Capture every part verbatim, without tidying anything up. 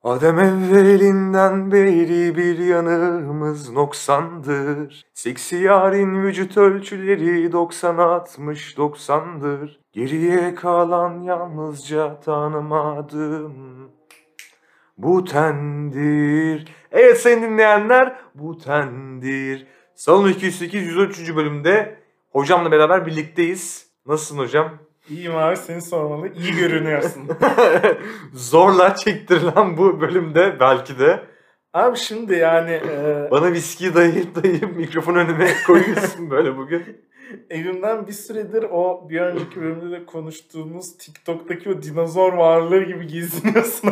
Adem evvelinden beri bir yanımız noksandır. Seksi yarın vücut ölçüleri doksan altmış doksandır. Geriye kalan yalnızca tanımadım bu tendir. Evet sayın dinleyenler, bu tendir. Salon iki yüz sekiz yüz üç. bölümde hocamla beraber birlikteyiz. Nasılsın hocam? İyiyim abi, seni sormalı. İyi görünüyorsun. Zorla çektirilen bu bölümde belki de. Abi şimdi yani... E... Bana viskiyi dayayıp dayayıp mikrofon önüme koyuyorsun böyle bugün. Evimden bir süredir o bir önceki bölümde de konuştuğumuz TikTok'taki o dinozor varlığı gibi geziniyorsun.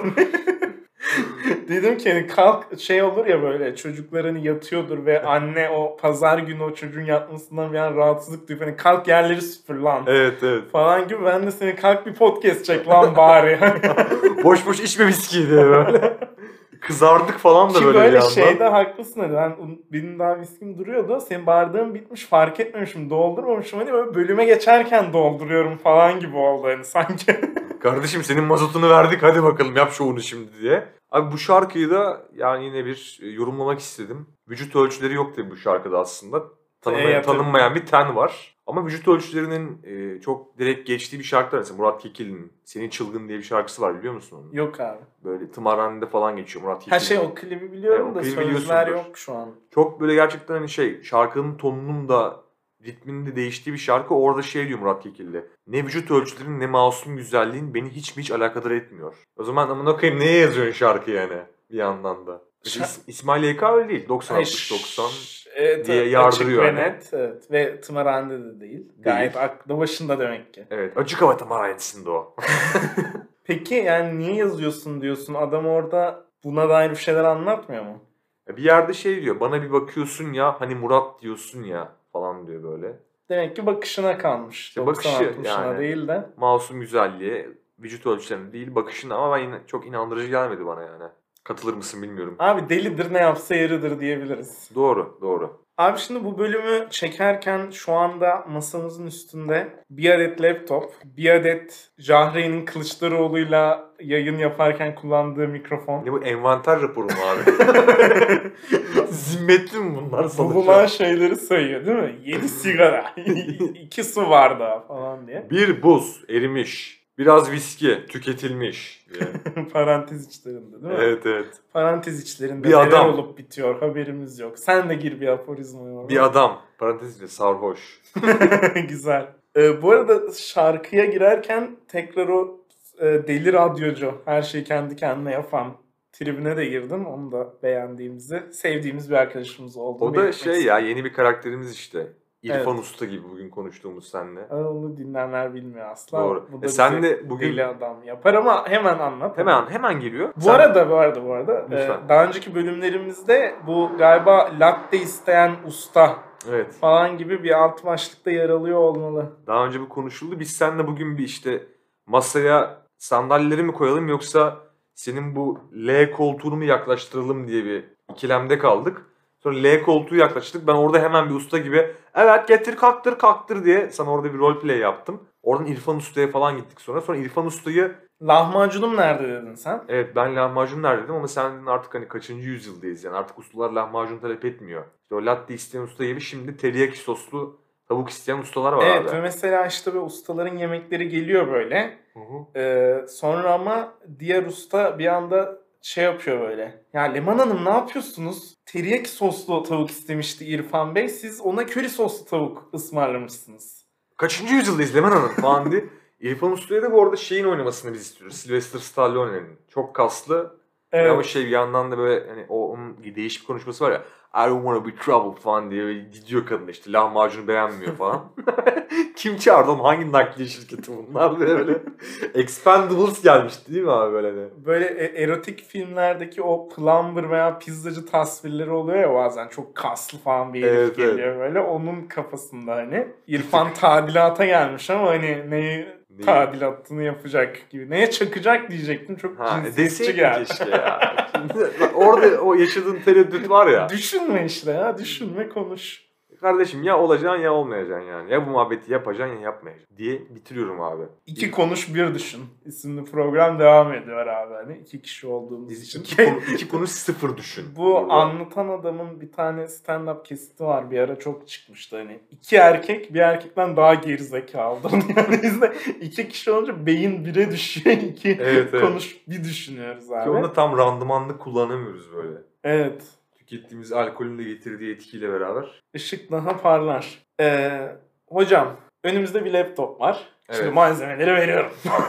Dedim ki hani kalk, şey olur ya böyle çocuklar hani yatıyordur ve anne o pazar günü o çocuğun yatmasından bir an rahatsızlık duyup hani kalk yerleri süpür lan. Evet evet. Falan gibi, ben de seni kalk bir podcast çek lan bari. Boş boş içme viskiyi diye böyle. Kızardık falan da ki böyle böyle bir yandan. şeyde haklısın hani, ben benim daha viskim duruyordu, senin bardağın bitmiş fark etmemişim, doldurmamışım, hani böyle bölüme geçerken dolduruyorum falan gibi oldu hani sanki. Kardeşim senin mazotunu verdik, hadi bakalım yap şovunu şimdi diye. Abi bu şarkıyı da yani yine bir yorumlamak istedim. Vücut ölçüleri yok tabii bu şarkıda aslında. Tanınmayan, tanınmayan bir ten var. Ama vücut ölçülerinin e, çok direkt geçtiği bir şarkı var. Mesela Murat Kekilli'nin Senin Çılgın diye bir şarkısı var, biliyor musun onu? Yok abi. Böyle tımarhanede falan geçiyor Murat Kekilli. Her şey o klibi biliyorum yani, da sözler yok şu an. Çok böyle gerçekten hani şey, şarkının tonunun da ritminin de değiştiği bir şarkı. Orada şey diyor Murat Kekilli: ne vücut ölçülerin ne masum güzelliğin beni hiç mi hiç alakadar etmiyor. O zaman amına koyayım neye yazıyorsun şarkı yani bir yandan da. Şa- İsmail Y K öyle değil. doksan altmış doksan evet, diye yardırıyor. Açık ve net. Evet. Ve tımarhanede de değil. değil. Gayet aklı başında demek ki. Evet. Açık hava tımarhanesinde o. Peki yani niye yazıyorsun diyorsun? Adam orada buna dair bir şeyler anlatmıyor mu? Bir yerde şey diyor. Bana bir bakıyorsun ya, hani Murat diyorsun ya falan diyor böyle. Demek ki bakışına kalmış. İşte bakışı yani. Değil de. Masum güzelliğe, vücut ölçülerine değil bakışına, ama ben yine çok inandırıcı gelmedi bana yani. Katılır mısın bilmiyorum. Abi delidir, ne yapsa yeridir diyebiliriz. Doğru, doğru. Abi şimdi bu bölümü çekerken şu anda masamızın üstünde bir adet laptop, bir adet Jahreyn'in Kılıçdaroğlu'yla yayın yaparken kullandığı mikrofon. Ne bu, envanter raporu mu abi? Zimmetli mi bunlar? Bulunan şeyleri sayıyor değil mi? yedi sigara, iki su bardağı falan diye. Bir buz erimiş. Biraz viski tüketilmiş diye. Parantez içlerinde değil mi? Evet evet. Parantez içlerinde bir neler adam olup bitiyor haberimiz yok. Sen de gir bir aforizmaya orada. Bir adam. Parantez içinde sarhoş. Güzel. Ee, bu arada şarkıya girerken tekrar o e, deli radyocu, her şeyi kendi kendine yapan tribüne de girdim. Onu da beğendiğimizi, sevdiğimiz bir arkadaşımız oldu. O da şey ya, yeni bir karakterimiz işte. İrfan evet. Usta gibi bugün konuştuğumuz seninle. Onu dinleyenler bilmiyor asla. Doğru. Bu da e sen de bugün deli adam yapar ama hemen anlat. Hemen hemen geliyor. Bu sen... arada bu arada bu arada e, daha önceki bölümlerimizde bu galiba latte isteyen usta evet. falan gibi bir alt başlıkta yer alıyor olmalı. Daha önce bu konuşuldu. Biz seninle bugün bir işte masaya sandalyeleri mi koyalım yoksa senin bu L koltuğunu mu yaklaştıralım diye bir ikilemde kaldık. Sonra L koltuğu yaklaştık. Ben orada hemen bir usta gibi evet getir kalktır kalktır diye sana orada bir roleplay yaptım. Oradan İrfan Usta'ya falan gittik sonra. Sonra İrfan Usta'yı... Lahmacunum nerede dedin sen? Evet, ben lahmacun nerede dedim ama sen artık hani kaçıncı yüzyıldayız yani, artık ustalar lahmacun talep etmiyor. İşte o latte isteyen usta gibi şimdi teriyaki soslu tavuk isteyen ustalar var evet, abi. Evet ve mesela işte böyle ustaların yemekleri geliyor böyle. Hı hı. Ee, sonra ama diğer usta bir anda şey yapıyor böyle. Ya Leman Hanım ne yapıyorsunuz? Teriyaki soslu tavuk istemişti İrfan Bey. Siz ona köri soslu tavuk ısmarlamışsınız. Kaçıncı yüzyıldayız Leman Hanım falan diye. İrfan Usta'ya da bu arada şeyin oynamasını biz istiyoruz. Sylvester Stallone'nin. Çok kaslı. Evet. Ama şey bir yandan da böyle hani o onun değişik bir konuşması var ya. I don't wanna be troubled falan diye gidiyor kadın işte. Lahmacunu beğenmiyor falan. Kim çağırdı oğlum? Hangi nakliye şirketi bunlar? Böyle Expendables gelmişti değil mi abi böyle de? Böyle erotik filmlerdeki o plumber veya pizzacı tasvirleri oluyor ya bazen. Çok kaslı falan bir herif evet, geliyor evet. Böyle. Onun kafasında hani. İrfan tadilata gelmiş ama hani neyi Neyi? tadilatını yapacak gibi. Neye çakacak diyecektim. Çok ha, cinsiyetçi geldi. Keşke ya. Orada o yaşadığın tereddüt var ya. Düşünme işte ya. Düşünme konuş. Kardeşim ya olacaksın ya olmayacaksın yani. Ya bu muhabbeti yapacaksın ya yapmayacaksın diye bitiriyorum abi. İki konuş bir düşün isimli program devam ediyor abi. Hani iki kişi olduğumuz Biz için. iki, konu, iki konuş sıfır düşün. Bu burada. anlatan adamın bir tane stand-up kesiti var. Bir ara çok çıkmıştı. Hani iki erkek bir erkekten daha gerizekalıdır. Yani biz de iki kişi olunca beyin bire düşüyor. İki evet, evet. konuş bir düşünüyoruz abi. Ki onu tam randımanlı kullanamıyoruz böyle. Evet. Tükettiğimiz alkolün de getirdiği etkiyle beraber. Işık daha parlar. Ee, hocam önümüzde bir laptop var. Evet. Şimdi malzemeleri veriyorum.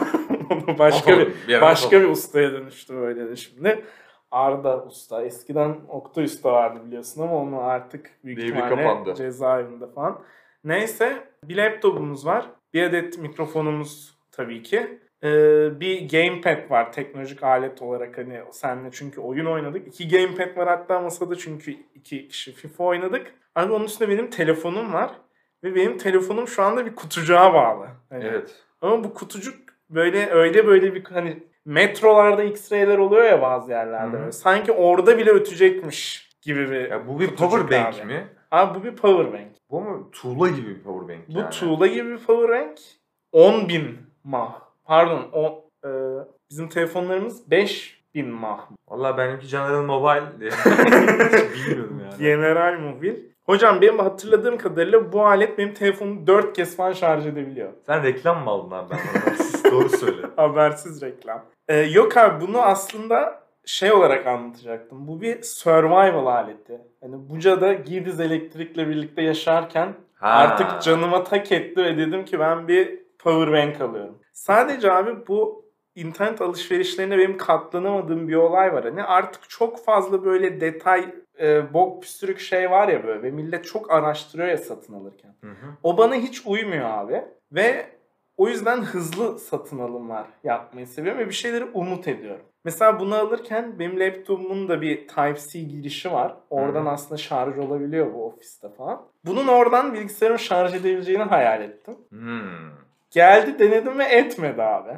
başka bir, bir başka bir ustaya dönüştü böyle de şimdi. Arda Usta. Eskiden Oktay Usta vardı biliyorsun ama onu artık büyük Devri ihtimalle kapandı. cezaevinde falan. Neyse bir laptopumuz var. Bir adet mikrofonumuz tabii ki. Ee, bir gamepad var teknolojik alet olarak hani seninle çünkü oyun oynadık. İki gamepad var hatta masada çünkü iki kişi FIFA oynadık. Abi onun üstünde benim telefonum var. Ve benim telefonum şu anda bir kutucuğa bağlı. Hani, evet. Ama bu kutucuk böyle öyle böyle bir hani metrolarda X-ray'ler oluyor ya bazı yerlerde. Böyle. Sanki orada bile ötecekmiş gibi bir ya bu bir power bank abi. mi? Abi bu bir power bank. Bu mu tuğla gibi bir power bank bu yani? Bu tuğla gibi bir power bank. on bin mah. Pardon o e, bizim telefonlarımız beş bin mah. Valla benimki General Mobile diye. Bilmiyorum yani. General Mobil. Hocam benim hatırladığım kadarıyla bu alet benim telefonumu dört kez falan şarj edebiliyor. Sen reklam mı aldın abi ben? Doğru söyle. Habersiz reklam. Ee, yok abi bunu aslında şey olarak anlatacaktım. Bu bir survival aleti. Hani Buca'da Gidiz Elektrik'le birlikte yaşarken ha. artık canıma tak etti ve dedim ki ben bir power bank alıyorum. Sadece abi bu internet alışverişlerine benim katlanamadığım bir olay var. Hani artık çok fazla böyle detay, e, bok püstürük şey var ya böyle ve millet çok araştırıyor ya satın alırken. Hı hı. O bana hiç uymuyor abi ve o yüzden hızlı satın alımlar yapmayı seviyorum ve bir şeyleri umut ediyorum. Mesela bunu alırken benim laptopumun da bir Type-C girişi var. Oradan hmm. aslında şarj olabiliyor bu ofiste falan. Bunun oradan bilgisayarımı şarj edebileceğini hayal ettim. Hmm. Geldi denedim ve etmedi abi.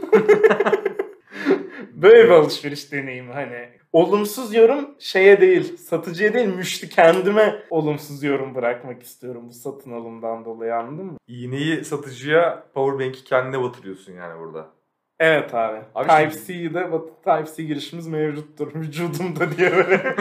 Böyle bir alışveriş deneyimi hani. Olumsuz yorum şeye değil, satıcıya değil, müşteri kendime olumsuz yorum bırakmak istiyorum bu satın alımdan dolayı, anladın mı? İğneyi satıcıya, powerbank'i kendine batırıyorsun yani burada. Evet abi. abi Type-C'de Type-C girişimiz mevcuttur vücudumda diye böyle.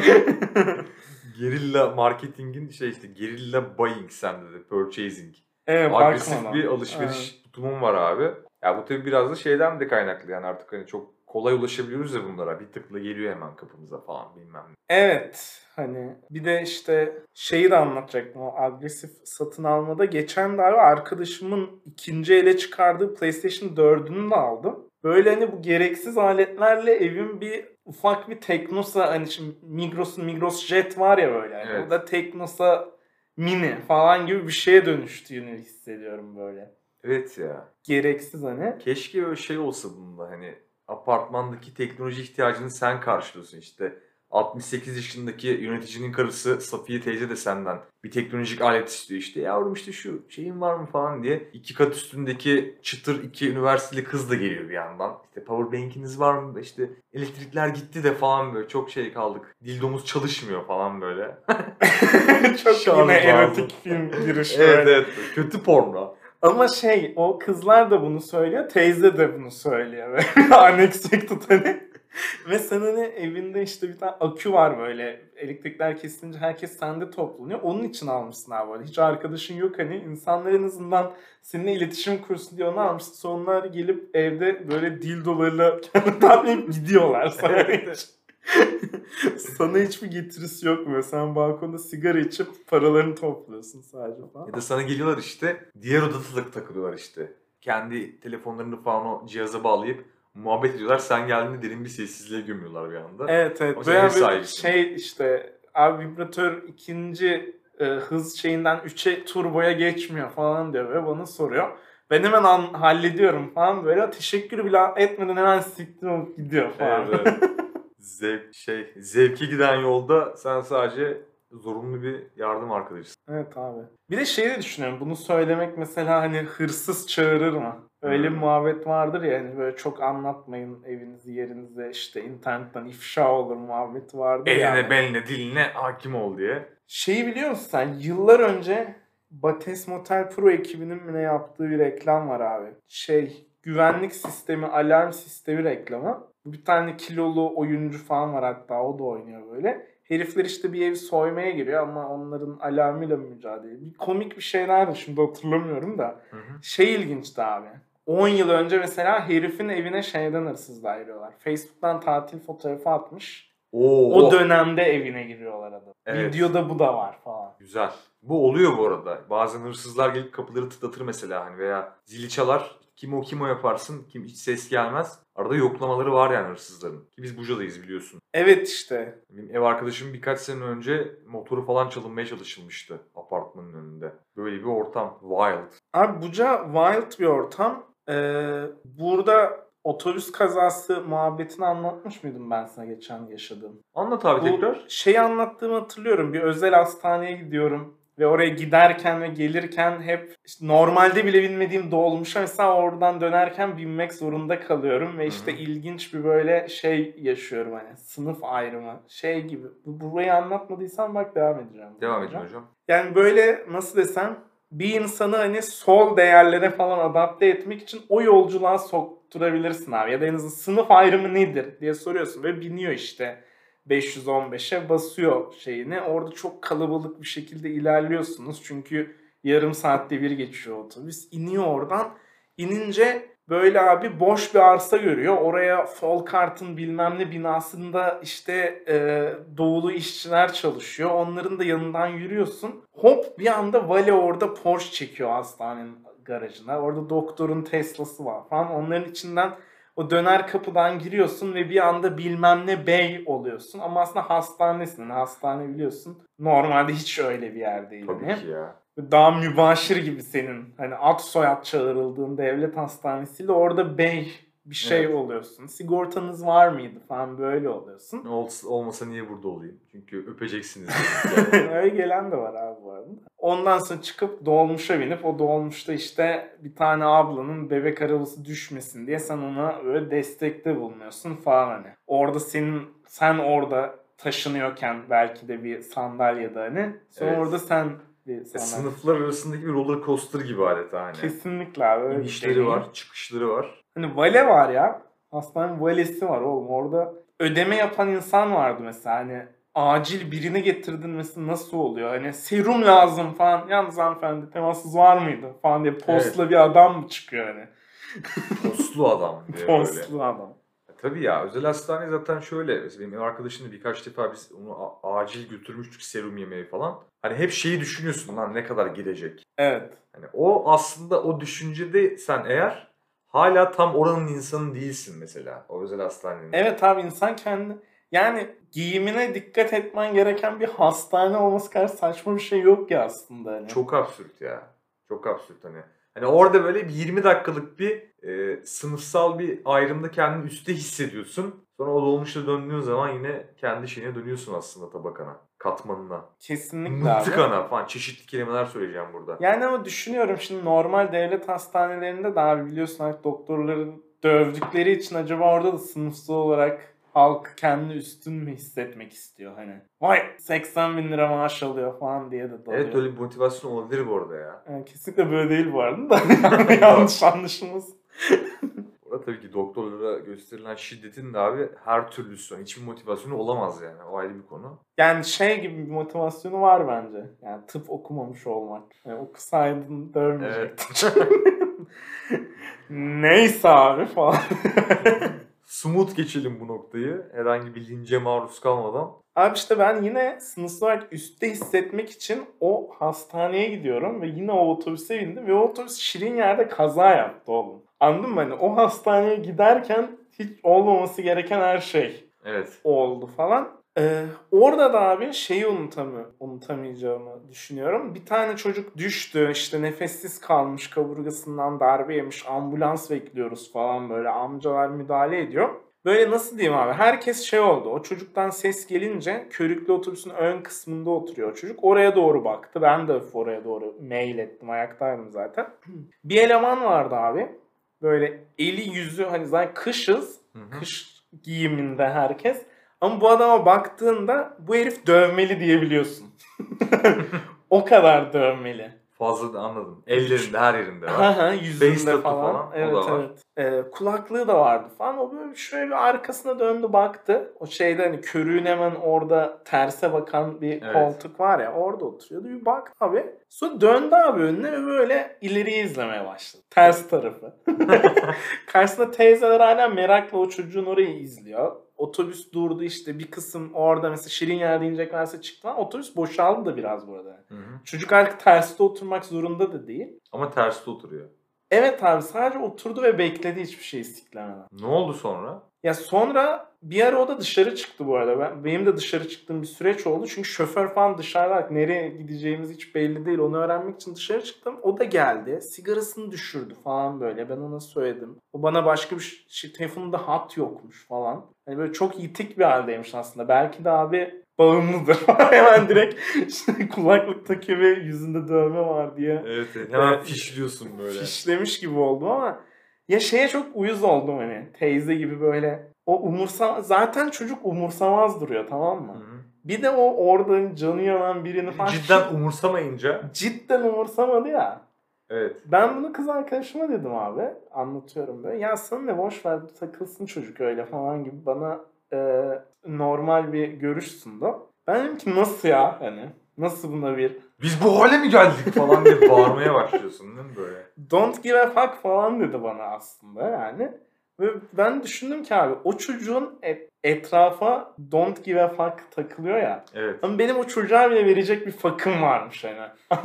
Gerilla marketingin şey işte gerilla buying sende de purchasing. Evet, agresif bir alışveriş evet. tutumum var abi. Ya bu tabii biraz da şeyden de kaynaklı yani artık hani çok kolay ulaşabiliyoruz ya bunlara. Bir tıkla geliyor hemen kapımıza falan bilmem ne. Evet hani bir de işte şeyi de anlatacaktım o agresif satın almada. Geçen de abi arkadaşımın ikinci ele çıkardığı PlayStation dördünü de aldım. Böyle hani bu gereksiz aletlerle evim bir ufak bir Teknosa hani şimdi Migros'un Migros Jet var ya böyle. Yani evet. O da Teknosa Mini falan gibi bir şeye dönüştüğünü hissediyorum böyle. Evet ya. Gereksiz hani. Keşke öyle şey olsa bunda hani apartmandaki teknoloji ihtiyacını sen karşılıyorsun işte. altmış sekiz yaşındaki yöneticinin karısı Safiye teyze de senden bir teknolojik alet istiyor işte. Yavrum işte şu şeyin var mı falan diye. İki kat üstündeki çıtır iki üniversiteli kız da geliyor bir yandan. İşte powerbank'iniz var mı? İşte elektrikler gitti de falan böyle çok şey kaldık. Dildomuz çalışmıyor falan böyle. Çok yine erotik film girişi. Evet evet kötü porno. Ama şey o kızlar da bunu söylüyor. Teyze de bunu söylüyor. Unexpected hani. Ve sen hani evinde işte bir tane akü var böyle. Elektrikler kesilince herkes sende toplanıyor. Onun için almışsın abi böyle. Hiç arkadaşın yok hani. İnsanlar en azından seninle iletişim kursun diye onu almışsın. Sonra onlar gelip evde böyle dildolarıyla kendi tablayıp gidiyorlar sana hiç. Sana hiçbir getirisi yok mu? Sen balkonda sigara içip paralarını topluyorsun sadece falan. Ya da sana geliyorlar işte. Diğer odada takılıyorlar işte. Kendi telefonlarını falan o cihaza bağlayıp muhabbet ediyorlar. Sen geldiğinde derin bir sessizliğe gömüyorlar bir anda. Evet evet. Böyle şey işte abi vibratör ikinci e, hız şeyinden üçe turboya geçmiyor falan diyor ve bana soruyor. Ben hemen an, hallediyorum falan böyle. Teşekkür bile etmeden hemen siktim gidiyor falan. Evet, evet. Zevk, şey, zevki giden yolda sen sadece zorunlu bir yardım arkadaşısın. Evet abi. Bir de şeyi de düşünüyorum. Bunu söylemek mesela hani hırsız çağırır mı? Öyle Hmm. bir muhabbet vardır ya hani böyle çok anlatmayın evinizi yerinize işte internetten ifşa olur muhabbeti vardır ya. Eline beline diline hakim ol diye. Şeyi biliyor musun sen? Yıllar önce Bates Motel Pro ekibinin mi ne yaptığı bir reklam var abi. Şey güvenlik sistemi, alarm sistemi reklamı. Bir tane kilolu oyuncu falan var hatta o da oynuyor böyle. Herifler işte bir evi soymaya giriyor ama onların alarmıyla mücadele ediyor. Bir komik bir şeylerdi şimdi hatırlamıyorum da. Hı hı. Şey ilginçti abi. on yıl önce mesela herifin evine şeyden hırsızlar giriyorlar. Facebook'tan tatil fotoğrafı atmış. Oo, O oh. dönemde evine giriyorlar adam. Evet. Videoda bu da var falan. Güzel. Bu oluyor bu arada. Bazen hırsızlar gelip kapıları tıklatır mesela hani veya zili çalar. Kim o kim o yaparsın. Kim hiç ses gelmez. Arada yoklamaları var yani hırsızların. Ki biz Buca'dayız biliyorsun. Evet işte. Benim ev arkadaşım birkaç sene önce motoru falan çalınmaya çalışılmıştı apartmanın önünde. Böyle bir ortam. Wild. Abi Buca wild bir ortam. Ee, burada otobüs kazası muhabbetini anlatmış mıydım ben sana geçen yaşadığım? Anlat abi Bu tekrar. şeyi anlattığımı hatırlıyorum. Bir özel hastaneye gidiyorum. Ve oraya giderken ve gelirken hep işte normalde bile binmediğim dolmuşa mesela oradan dönerken binmek zorunda kalıyorum. Ve işte Hı hı. ilginç bir böyle şey yaşıyorum hani sınıf ayrımı. Şey gibi. Bu- Burayı anlatmadıysam bak devam edeceğim. Devam edin hocam. Yani böyle nasıl desem bir insanı hani sol değerlere falan adapte etmek için o yolculuğa sokturabilirsin abi. Ya da en azından sınıf ayrımı nedir diye soruyorsun ve biniyor işte beş yüz on beşe basıyor şeyini. Orada çok kalabalık bir şekilde ilerliyorsunuz. Çünkü yarım saatte bir geçiyor otobüs. İniyor oradan. İnince böyle abi boş bir arsa görüyor. Oraya Folkart'ın bilmem ne binasında işte e, doğulu işçiler çalışıyor. Onların da yanından yürüyorsun. Hop bir anda vale orada Porsche çekiyor hastanenin garajına. Orada doktorun Tesla'sı var falan. Onların içinden o döner kapıdan giriyorsun ve bir anda bilmem ne bey oluyorsun. Ama aslında hastanesin. Hastane biliyorsun. Normalde hiç öyle bir yer değil. Tabii hani. ki ya. Daha mübaşir gibi senin. Hani ad soyad çağrıldığın devlet hastanesiyle orada bey bir şey Evet. oluyorsun. Sigortanız var mıydı falan böyle oluyorsun. Ne ol- olmasa niye burada olayım? Çünkü öpeceksiniz. Yani. Öyle gelen de var abi bu arada. Ondan sonra çıkıp dolmuşa binip o dolmuşta işte bir tane ablanın bebek arabası düşmesin diye sen ona böyle destekte bulunuyorsun falan hani. Orada senin sen orada taşınıyorken belki de bir sandalyede hani. Sonra Evet. orada sen bir E, sandalye. sınıflar arasındaki bir roller coaster gibi adeta hani. Kesinlikle abi. Öyle bir İnişleri deneyim. var, çıkışları var. Hani vale var ya. Hastanenin valesi var oğlum. Orada ödeme yapan insan vardı mesela. Hani acil birini getirdin mesela nasıl oluyor? Hani serum lazım falan. Yalnız hanımefendi temassız var mıydı? Falan diye postla Evet. bir adam mı çıkıyor hani? Postlu adam diye böyle. Postlu adam. E, tabii ya özel hastane zaten şöyle. Mesela benim ev arkadaşım da birkaç defa biz onu a- acil götürmüştük serum yemeye falan. Hani hep şeyi düşünüyorsun lan ne kadar gidecek. Evet. Hani o aslında o düşüncede sen eğer hala tam oranın insanı değilsin mesela o özel hastanenin. Evet abi insan kendi yani giyimine dikkat etmen gereken bir hastane olması kadar saçma bir şey yok ya aslında hani. Çok absürt ya. Çok absürt hani. Hani orada böyle bir yirmi dakikalık bir e, sınıfsal bir ayrımda kendini üstte hissediyorsun. Sonra o dolmuşta döndüğün zaman yine kendi şeyine dönüyorsun aslında tabakana, katmanına. Kesinlikle abi. Mıntıkana falan çeşitli kelimeler söyleyeceğim burada. Yani ama düşünüyorum şimdi normal devlet hastanelerinde de abi biliyorsun artık doktorların dövdükleri için acaba orada da sınıfsal olarak halk kendi üstün mü hissetmek istiyor hani. Vay seksen bin lira maaş alıyor falan diye de dalıyor. Evet öyle bir motivasyon olabilir bu arada ya. Yani kesinlikle böyle değil bu arada da yanlış anlaşılmasın. Burada tabii ki doktorlara gösterilen şiddetin de abi her türlüsü. Yani hiçbir motivasyonu olamaz yani. O ayrı bir konu. Yani şey gibi bir motivasyonu var bence. Yani tıp okumamış olmak. Yani okusaydın dövmeyecektin. Neyse abi falan. Smooth geçelim bu noktayı. Herhangi bir lince maruz kalmadan. Abi işte ben yine sınıfsal olarak üstte hissetmek için o hastaneye gidiyorum ve yine o otobüse bindim ve o otobüs şirin yerde kaza yaptı oğlum. Anladın mı? Hani o hastaneye giderken hiç olmaması gereken her şey Evet. oldu falan. Ee, orada da abi şeyi unutamı, unutamayacağımı düşünüyorum. Bir tane çocuk düştü işte nefessiz kalmış kaburgasından darbe yemiş ambulans bekliyoruz falan böyle amcalar müdahale ediyor. Böyle nasıl diyeyim abi herkes şey oldu o çocuktan ses gelince körüklü otobüsün ön kısmında oturuyor o çocuk oraya doğru baktı. Ben de oraya doğru mail ettim ayaktaydım zaten. Bir eleman vardı abi. Böyle eli yüzü hani zaten kışız. Hı-hı. Kış giyiminde herkes. Ama bu adama baktığında bu herif dövmeli diyebiliyorsun. O kadar dövmeli. Fazla da anladım. Ellerinde, her yerinde var. Yüzünde falan. falan. Evet, o da var. evet. Ee, kulaklığı da vardı falan. O böyle şöyle bir arkasına döndü baktı. O şeyde hani körüğün hemen orada terse bakan bir Evet. koltuk var ya, orada oturuyordu. Bir baktı abi. Sonra döndü abi önüne ve böyle ileriyi izlemeye başladı. Ters tarafı. Karşısında teyzeler hala merakla o çocuğun orayı izliyor. Otobüs durdu işte, bir kısım orada mesela şirin yer diyeceklerse çıktı. Otobüs boşaldı da biraz bu arada. Hı hı. Çocuk artık terste oturmak zorunda da değil. Ama terste oturuyor. Evet abi, sadece oturdu ve bekledi hiçbir şey istiklemeden. Ne oldu sonra? Ya sonra bir ara o da dışarı çıktı bu arada. Ben, benim de dışarı çıktığım bir süreç oldu. Çünkü şoför falan dışarıda, nereye gideceğimiz hiç belli değil. Onu öğrenmek için dışarı çıktım. O da geldi. Sigarasını düşürdü falan böyle. Ben ona söyledim. O bana başka bir şey, telefonunda hat yokmuş falan. Hani böyle çok yitik bir haldeymiş aslında. Belki de abi bağımlıdır. Hemen direkt işte kulaklık takıyor ve yüzünde dövme var diye. Evet, evet. Hemen Evet. fişliyorsun böyle. Fişlemiş gibi oldum ama ya şeye çok uyuz oldum hani. Teyze gibi böyle. O umursam zaten çocuk umursamaz duruyor, tamam mı? Hı-hı. Bir de o orada canı yanan birini falan Cidden umursamayınca. cidden umursamadı ya. Evet. Ben bunu kız arkadaşıma dedim abi. Anlatıyorum böyle. Ya sana ne, boş ver takılsın çocuk öyle falan gibi bana e, normal bir görüş sundu. Ben dedim ki nasıl ya, hani nasıl buna bir Biz bu hale mi geldik falan diye bağırmaya başlıyorsun değil mi böyle? don't give a fuck falan dedi bana aslında yani. Ve ben düşündüm ki abi o çocuğun et, etrafa don't give a fuck takılıyor ya. Evet. Ama benim o çocuğa bile verecek bir fuck'ım varmış hani.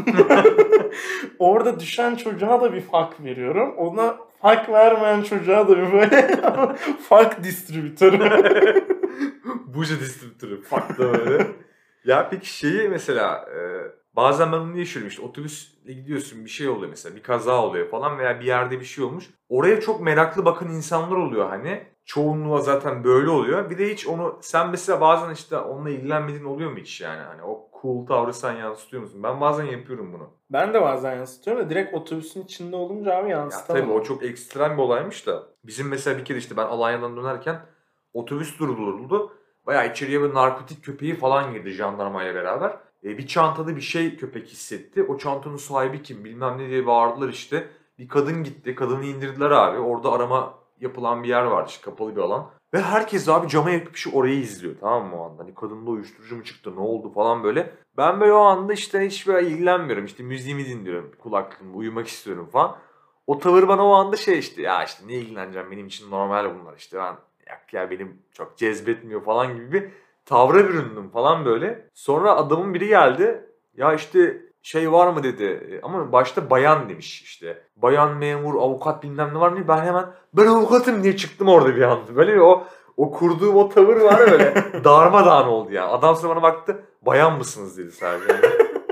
Orada düşen çocuğa da bir fuck veriyorum. Ona fuck vermeyen çocuğa da bir böyle fuck distribütörü. Buja distribütörü. Fuck da böyle. Ya peki şeyi mesela e, bazen ben onu yaşıyorum işte, otobüsle gidiyorsun, bir şey oluyor mesela, bir kaza oluyor falan veya bir yerde bir şey olmuş. Oraya çok meraklı bakan insanlar oluyor hani. Çoğunluğa zaten böyle oluyor. Bir de hiç onu sen mesela bazen işte onunla ilgilenmediğin oluyor mu hiç yani? Hani o cool tavrı sen yansıtıyor musun? Ben bazen yapıyorum bunu. Ben de bazen yansıtıyorum da direkt otobüsün içinde olunca abi Ya yansıtamam. tabii o çok ekstrem bir olaymış da. Bizim mesela bir kere işte ben Alanya'dan dönerken otobüs durduruldu. Bayağı içeriye bir narkotik köpeği falan girdi jandarmayla beraber. E, bir çantada bir şey köpek hissetti. O çantanın sahibi kim bilmem ne diye bağırdılar işte. Bir kadın gitti. Kadını indirdiler abi. Orada arama yapılan bir yer vardı işte, kapalı bir alan. Ve herkes abi cama yapıp şu orayı izliyor, tamam mı o anda? Hani kadında uyuşturucu mu çıktı, ne oldu falan böyle. Ben böyle o anda işte hiç böyle ilgilenmiyorum. İşte müziğimi dinliyorum kulaklığımda, uyumak istiyorum falan. O tavır bana o anda şey işte, ya işte ne ilgileneceğim, benim için normal bunlar işte, ben yak ya benim çok cezbetmiyor falan gibi bir tavra büründüm falan böyle. Sonra adamın biri geldi. Ya işte şey var mı dedi. Ama başta bayan demiş işte. Bayan memur, avukat bilmem ne var mı? Ben hemen ben avukatım diye çıktım orada bir anda. Böyle bir o o kurduğum o tavır var ya, böyle darmadağın oldu ya. Adam sonra bana baktı. Bayan mısınız dedi sadece. Yani.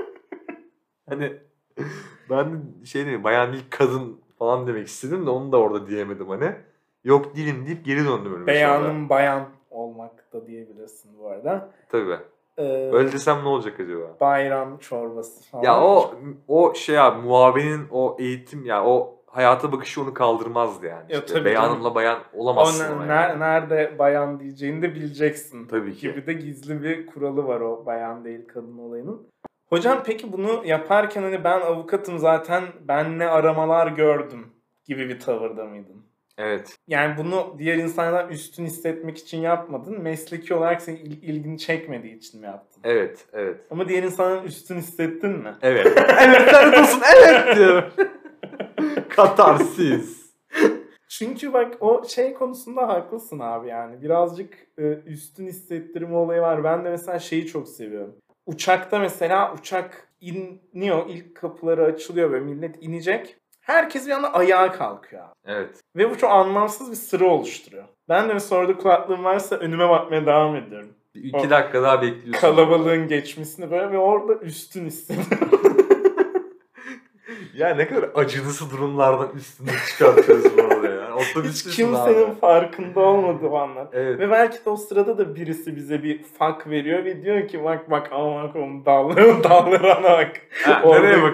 Hani ben de şey diyeyim, bayan değil kadın falan demek istedim de onu da orada diyemedim hani. Yok değilim deyip geri döndüm önüme. Beyanım bayan olmak da diyebilirsin bu arada. Tabii. Ee, Öyle desem ne olacak acaba? Bayram çorbası falan. Ya o o şey abi, muavinin o eğitim ya, o hayata bakışı onu kaldırmazdı yani. Ya İşte tabii beyanımla canım. bayan O olamazsın ne- ona ner- yani. nerede bayan diyeceğini de bileceksin. Tabii ki. Gibi de gizli bir kuralı var o bayan değil kadın olayının. Hocam peki bunu yaparken hani ben avukatım zaten, ben ne aramalar gördüm gibi bir tavırda mıydın? Evet. Yani bunu diğer insanlar üstün hissetmek için yapmadın. Mesleki olarak senin il- ilgini çekmediği için mi yaptın? Evet, evet. Ama diğer insanların üstün hissettin mi? Evet. Evet, lanet olsun, evet diyorum. Katarsis. Çünkü bak o şey konusunda haklısın abi yani. Birazcık e, üstün hissettirme olayı var. Ben de mesela şeyi çok seviyorum. Uçakta mesela uçak iniyor, ilk kapıları açılıyor ve millet inecek. Herkes bir anda ayağa kalkıyor abi. Evet. Ve bu çok anlamsız bir sıra oluşturuyor. Ben de mesela orada kulaklığım varsa önüme bakmaya devam ediyorum. İki dakika daha bekliyorsun. Kalabalığın geçmesini böyle ve orada üstün hissediyorum. Ya ne kadar acınası durumlardan üstünü çıkartıyoruz bu arada ya. Otobüsçüsün Hiç kimsenin abi. farkında olmadığı anlar. Evet. Ve belki de o sırada da birisi bize bir fuck veriyor ve diyor ki bak bak ama bak onun dalları, dallarına bak. Ha, Orada nereye bakıyorsun?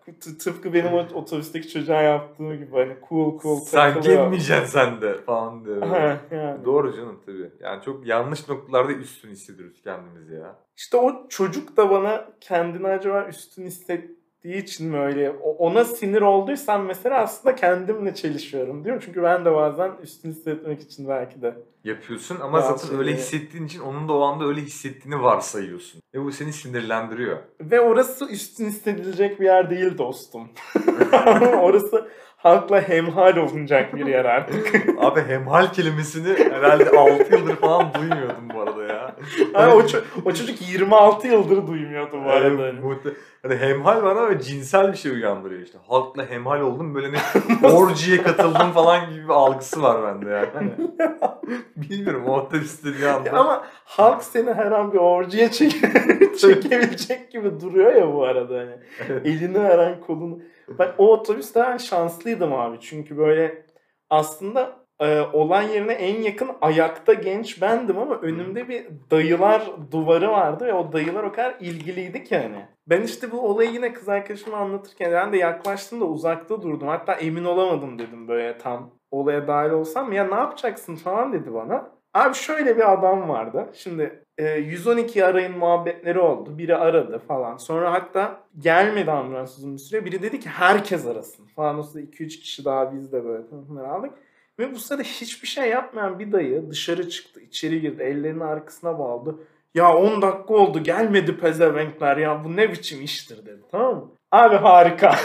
T- tıpkı benim o otobüsteki çocuğa yaptığım gibi hani cool cool Sen takılıyor. gelmeyeceksin sen de falan diyor. Aha, yani. Doğru canım tabii. Yani çok yanlış noktalarda üstün hissediyoruz kendimizi ya. İşte o çocuk da bana kendini acaba üstün hissettiği için mi öyle ona sinir olduysam mesela aslında kendimle çelişiyorum değil mi? Çünkü ben de bazen üstün hissetmek için belki de yapıyorsun ama ya zaten şey, öyle hissettiğin için onun da o anda öyle hissettiğini varsayıyorsun. Ve bu seni sinirlendiriyor. Ve orası üstün hissedilecek bir yer değil dostum. Orası halkla hemhal olunacak bir yer artık. Abi hemhal kelimesini herhalde altı yıldır falan duymuyordum bu arada ya. Abi o, ço- o çocuk yirmi altı yıldır duymuyordu bu arada. Yani, muhte- hani hemhal bana böyle cinsel bir şey uyandırıyor işte. Halkla hemhal oldum böyle ne orjiye katıldım falan gibi bir algısı var bende yani. Hani, bilmiyorum o otobüste bir anda. Ama halk seni her an bir orjiye çeke- çekebilecek gibi duruyor ya bu arada. Hani. Evet. Elini her an kolunu. Ben o otobüste ben şanslıydım abi. Çünkü böyle aslında e, olan yerine en yakın ayakta genç bendim ama önümde bir dayılar duvarı vardı ve o dayılar o kadar ilgiliydi ki hani. Ben işte bu olayı yine kız arkadaşıma anlatırken ben de yaklaştım da uzakta durdum. Hatta emin olamadım dedim böyle tam olaya dahil olsam. Ya ne yapacaksın falan dedi bana. Abi şöyle bir adam vardı. Şimdi e, yüz on iki arayın muhabbetleri oldu. Biri aradı falan. Sonra hatta gelmedi ambulans uzun bir süre. Biri dedi ki herkes arasın falan. O sırada iki üç kişi daha biz de böyle telefonları aldık. Ve bu sırada hiçbir şey yapmayan bir dayı dışarı çıktı, içeri girdi, ellerini arkasına bağladı. Ya on dakika oldu gelmedi pezevenkler ya bu ne biçim iştir dedi, tamam mı? Abi harika.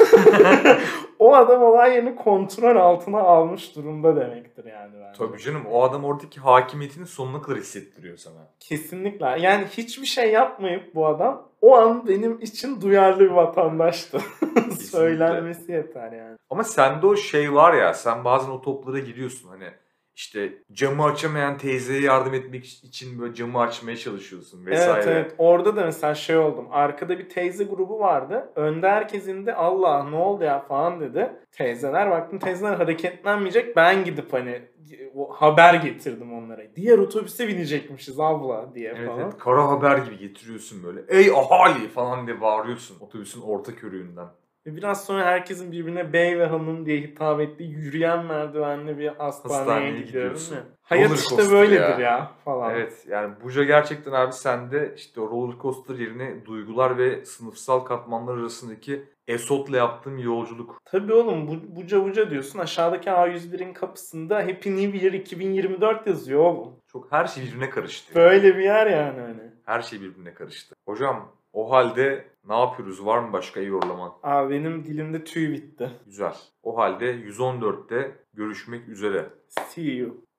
O adam olay yerini kontrol altına almış durumda demektir yani. Bence. Tabii canım o adam oradaki hakimiyetini sonuna kadar hissettiriyor sana. Kesinlikle. Yani hiçbir şey yapmayıp bu adam o an benim için duyarlı bir vatandaştı. Söylenmesi yeter yani. Ama sende o şey var ya sen bazen o toplara giriyorsun hani işte camı açamayan teyzeye yardım etmek için böyle camı açmaya çalışıyorsun vesaire. Evet evet orada da mesela şey oldum. Arkada bir teyze grubu vardı. Önde herkes indi. Allah ne oldu ya falan dedi. Teyzeler baktım teyzeler hareketlenmeyecek. Ben gidip hani o haber getirdim onlara. Diğer otobüse binecekmişiz abla diye Evet, falan. evet kara haber gibi getiriyorsun böyle. Ey ahali falan diye bağırıyorsun otobüsün orta körüğünden. Biraz sonra herkesin birbirine bey ve hanım diye hitap ettiği yürüyen merdivenli bir hastaneye, Hastaneye gidiyorum. gidiyorsun. Hayat Roller işte coaster böyledir ya. ya. falan. Evet yani Buca gerçekten abi sende işte o roller coaster yerine duygular ve sınıfsal katmanlar arasındaki Esot'la yaptığım yolculuk. Tabii oğlum bu, buca buca diyorsun. Aşağıdaki A yüz birin kapısında Happy New Year iki bin yirmi dört yazıyor oğlum. Çok her şey birbirine karıştı. Böyle bir yer yani hani. Her şey birbirine karıştı. Hocam o halde ne yapıyoruz? Var mı başka yorlaman? Abi benim dilimde tüy bitti. Güzel. O halde yüz on dörtte görüşmek üzere. See you.